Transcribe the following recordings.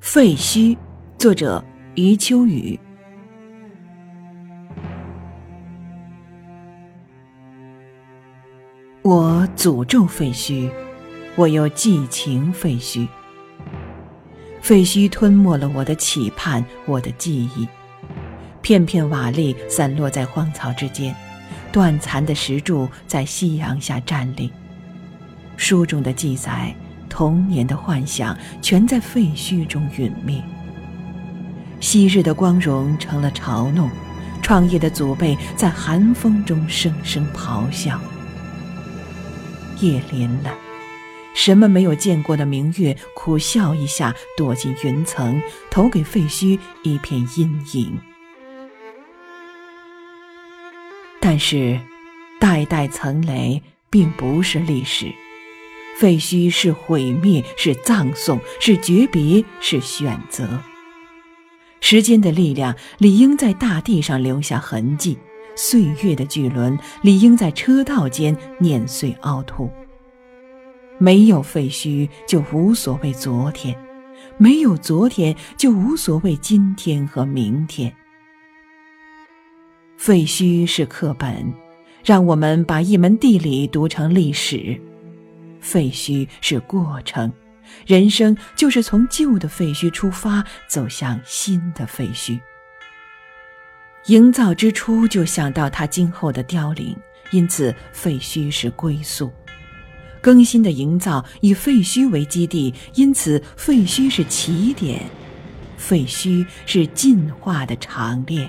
废墟，作者余秋雨。我诅咒废墟，我又寄情废墟。废墟吞没了我的期盼，我的记忆。片片瓦砾散落在荒草之间，断残的石柱在夕阳下站立。书中的记载，童年的幻想，全在废墟中殒灭。昔日的光荣成了嘲弄，创业的祖辈在寒风中声声咆哮。夜临了，什么没有见过的明月苦笑一下，躲进云层，投给废墟一片阴影。但是代代层累并不是历史，废墟是毁灭，是葬送，是诀别，是选择。时间的力量理应在大地上留下痕迹，岁月的巨轮理应在车道间碾碎凹凸。没有废墟就无所谓昨天，没有昨天就无所谓今天和明天。废墟是课本，让我们把一门地理读成历史。废墟是过程，人生就是从旧的废墟出发，走向新的废墟。营造之初就想到它今后的凋零，因此废墟是归宿。更新的营造以废墟为基地，因此废墟是起点，废墟是进化的长链。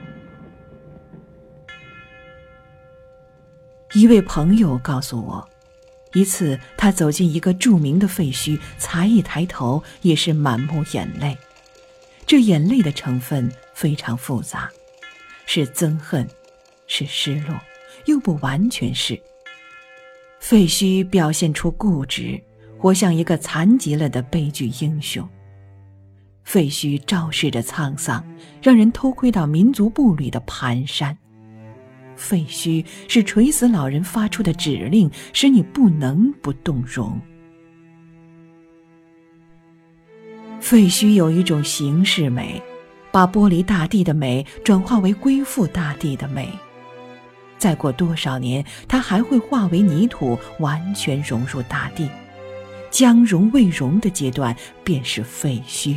一位朋友告诉我，一次他走进一个著名的废墟，才一抬头也是满目眼泪。这眼泪的成分非常复杂，是憎恨，是失落，又不完全是。废墟表现出固执，活像一个残疾了的悲剧英雄。废墟昭示着沧桑，让人偷窥到民族步履的蹒跚。废墟是垂死老人发出的指令，使你不能不动容。废墟有一种形式美，把剥离大地的美转化为归附大地的美。再过多少年，它还会化为泥土，完全融入大地。将融未融的阶段便是废墟。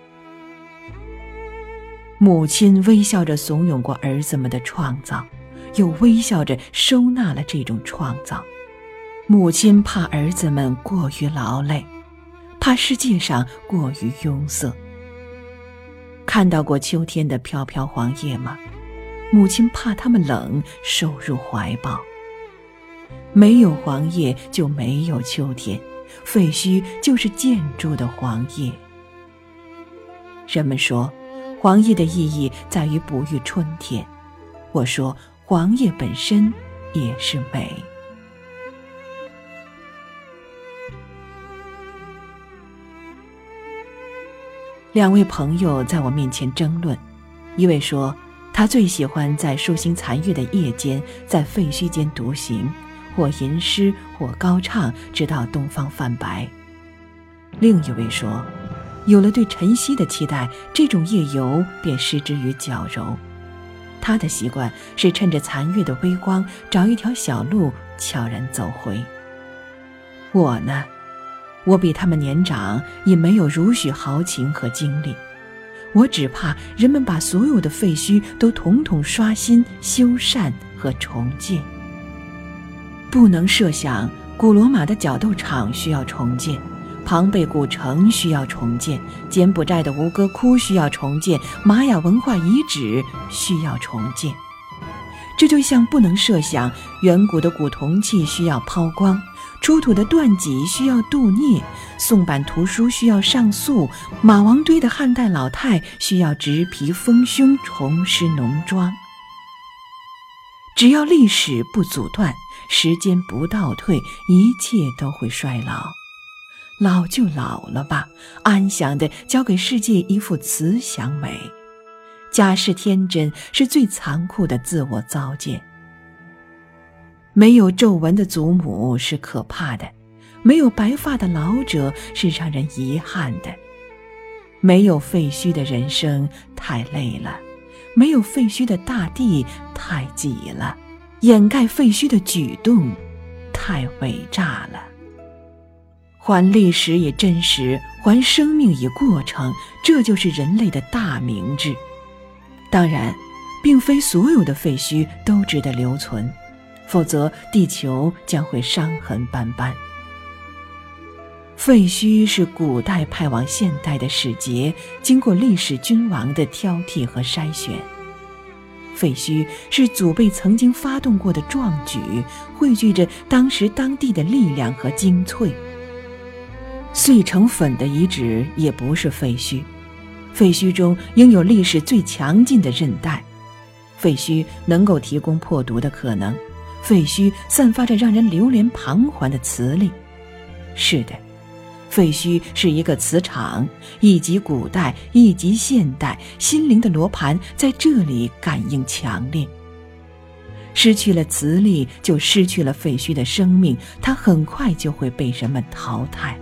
母亲微笑着怂恿过儿子们的创造，又微笑着收纳了这种创造。母亲怕儿子们过于劳累，怕世界上过于庸塞。看到过秋天的飘飘黄叶吗？母亲怕他们冷，收入怀抱。没有黄叶就没有秋天，废墟就是建筑的黄叶。人们说黄叶的意义在于哺育春天，我说黄叶本身也是美。两位朋友在我面前争论，一位说他最喜欢在寿星残月的夜间，在废墟间独行，或吟诗，或高唱，直到东方泛白。另一位说，有了对晨曦的期待，这种夜游便失之于矫揉。他的习惯是趁着残月的微光，找一条小路悄然走回。我呢，我比他们年长，也没有如许豪情和经历。我只怕人们把所有的废墟都统统刷新、修缮和重建。不能设想古罗马的角斗场需要重建，庞贝古城需要重建，柬埔寨的吴哥窟需要重建，玛雅文化遗址需要重建。这就像不能设想远古的古铜器需要抛光，出土的断脊需要度孽，宋版图书需要上诉，马王堆的汉代老太需要植皮丰胸，重施浓妆。只要历史不阻断，时间不倒退，一切都会衰老。老就老了吧，安详地交给世界一副慈祥美。假释天真是最残酷的自我糟践。没有皱纹的祖母是可怕的，没有白发的老者是让人遗憾的。 没有废墟的人生太累了，没有废墟的大地太挤了，掩盖废墟的举动太伪诈了。还历史以真实，还生命以过程，这就是人类的大明智。当然，并非所有的废墟都值得留存，否则地球将会伤痕斑斑。废墟是古代派往现代的使节，经过历史君王的挑剔和筛选。废墟是祖辈曾经发动过的壮举，汇聚着当时当地的力量和精粹。碎成粉的遗址也不是废墟，废墟中应有历史最强劲的韧带。废墟能够提供破毒的可能，废墟散发着让人流连旁观的磁力。是的，废墟是一个磁场，一级古代，一级现代，心灵的罗盘在这里感应强烈。失去了磁力，就失去了废墟的生命，它很快就会被人们淘汰。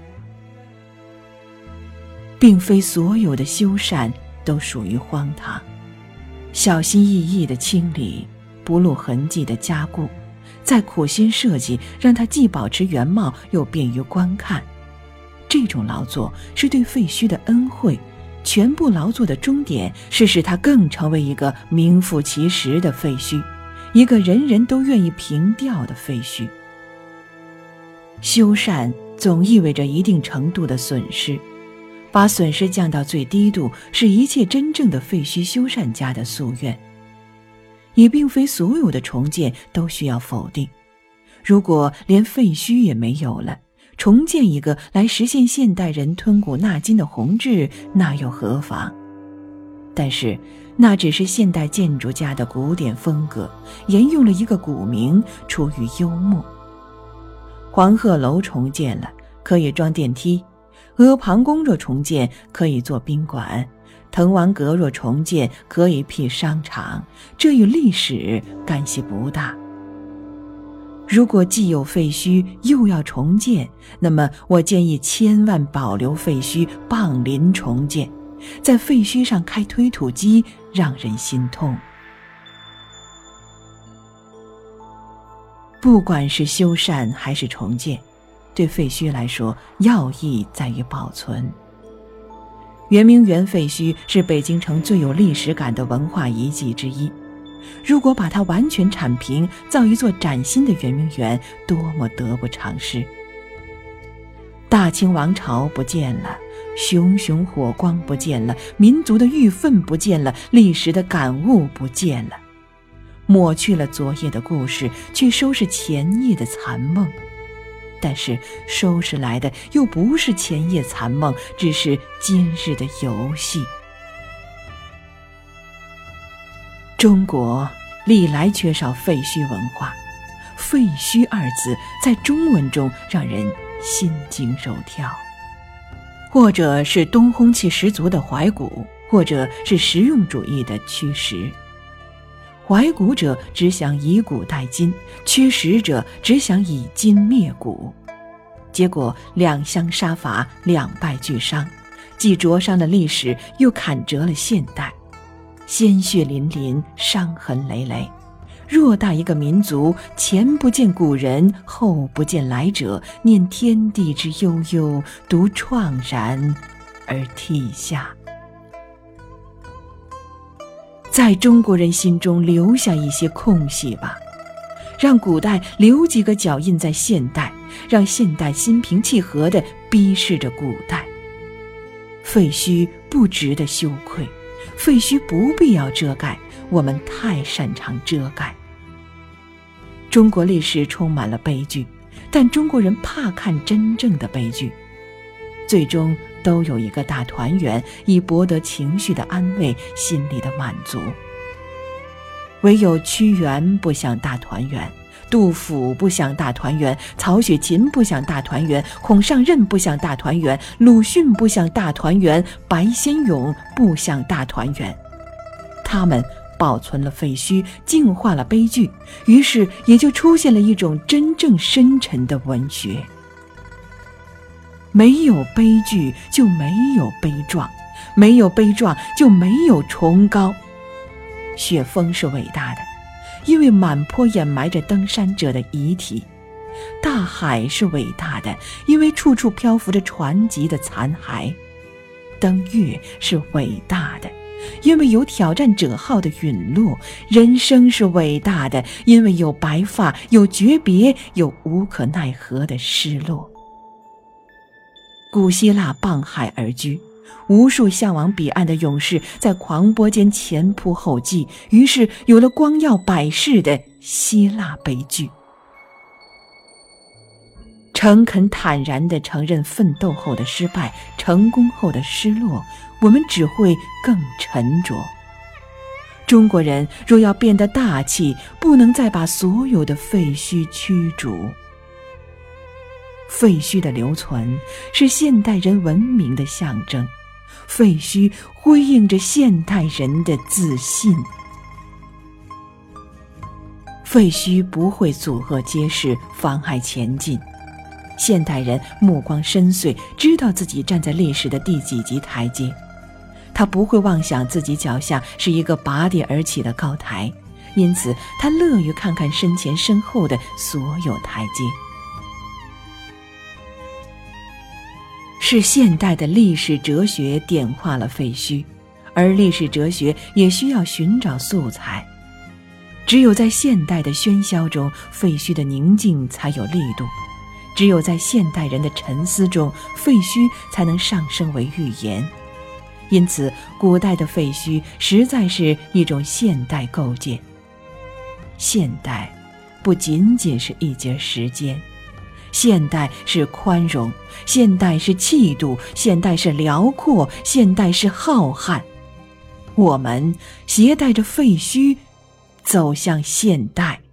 并非所有的修缮都属于荒唐，小心翼翼的清理，不露痕迹的加固，再苦心设计，让它既保持原貌又便于观看。这种劳作是对废墟的恩惠，全部劳作的终点是使它更成为一个名副其实的废墟，一个人人都愿意凭吊的废墟。修缮总意味着一定程度的损失，把损失降到最低度，是一切真正的废墟修缮家的夙愿。也并非所有的重建都需要否定，如果连废墟也没有了，重建一个来实现现代人吞古纳今的宏志，那又何妨？但是那只是现代建筑家的古典风格，沿用了一个古名，出于幽默。黄鹤楼重建了，可以装电梯；阿房宫若重建，可以做宾馆；滕王阁若重建，可以辟商场，这与历史干系不大。如果既有废墟又要重建，那么我建议千万保留废墟，傍邻重建，在废墟上开推土机，让人心痛。不管是修缮还是重建，对废墟来说，要义在于保存。圆明园废墟是北京城最有历史感的文化遗迹之一，如果把它完全铲平，造一座崭新的圆明园，多么得不偿失。大清王朝不见了，熊熊火光不见了，民族的郁愤不见了，历史的感悟不见了，抹去了昨夜的故事，去收拾前夜的残梦。但是收拾来的又不是前夜残梦，只是今日的游戏。中国历来缺少废墟文化，废墟二字在中文中让人心惊肉跳。或者是东烘气十足的怀古，或者是实用主义的驱实。怀古者只想以古代今，驱实者只想以今灭古，结果两相杀伐，两败俱伤，既灼伤了历史，又砍折了现代，鲜血淋淋，伤痕累累。偌大一个民族，前不见古人，后不见来者，念天地之悠悠，独怆然而涕下。在中国人心中留下一些空隙吧，让古代留几个脚印在现代，让现代心平气和地逼视着古代。废墟不值得羞愧，废墟不必要遮盖，我们太擅长遮盖。中国历史充满了悲剧，但中国人怕看真正的悲剧，最终都有一个大团圆，以博得情绪的安慰，心里的满足。唯有屈原不想大团圆，杜甫不想大团圆，曹雪芹不想大团圆，孔尚任不想大团圆，鲁迅不想大团圆，白先勇不想大团圆。他们保存了废墟，净化了悲剧，于是也就出现了一种真正深沉的文学。 没有悲剧就没有悲壮，没有悲壮就没有崇高。雪峰是伟大的，因为满坡掩埋着登山者的遗体；大海是伟大的，因为处处漂浮着船籍的残骸；登月是伟大的，因为有挑战者号的陨落；人生是伟大的，因为有白发，有诀别，有无可奈何的失落。古希腊傍海而居，无数向往彼岸的勇士在狂波间前仆后继，于是有了光耀百世的希腊悲剧。诚恳坦然地承认奋斗后的失败，成功后的失落，我们只会更沉着。中国人若要变得大气，不能再把所有的废墟驱逐。废墟的留存是现代人文明的象征，废墟辉映着现代人的自信。废墟不会阻遏街市，妨碍前进。现代人目光深邃，知道自己站在历史的第几级台阶，他不会妄想自己脚下是一个拔地而起的高台，因此他乐于看看身前身后的所有台阶。是现代的历史哲学点化了废墟，而历史哲学也需要寻找素材。只有在现代的喧嚣中，废墟的宁静才有力度；只有在现代人的沉思中，废墟才能上升为预言。因此，古代的废墟实在是一种现代构建。现代不仅仅是一节时间，现代是宽容，现代是气度，现代是辽阔，现代是浩瀚。我们携带着废墟走向现代。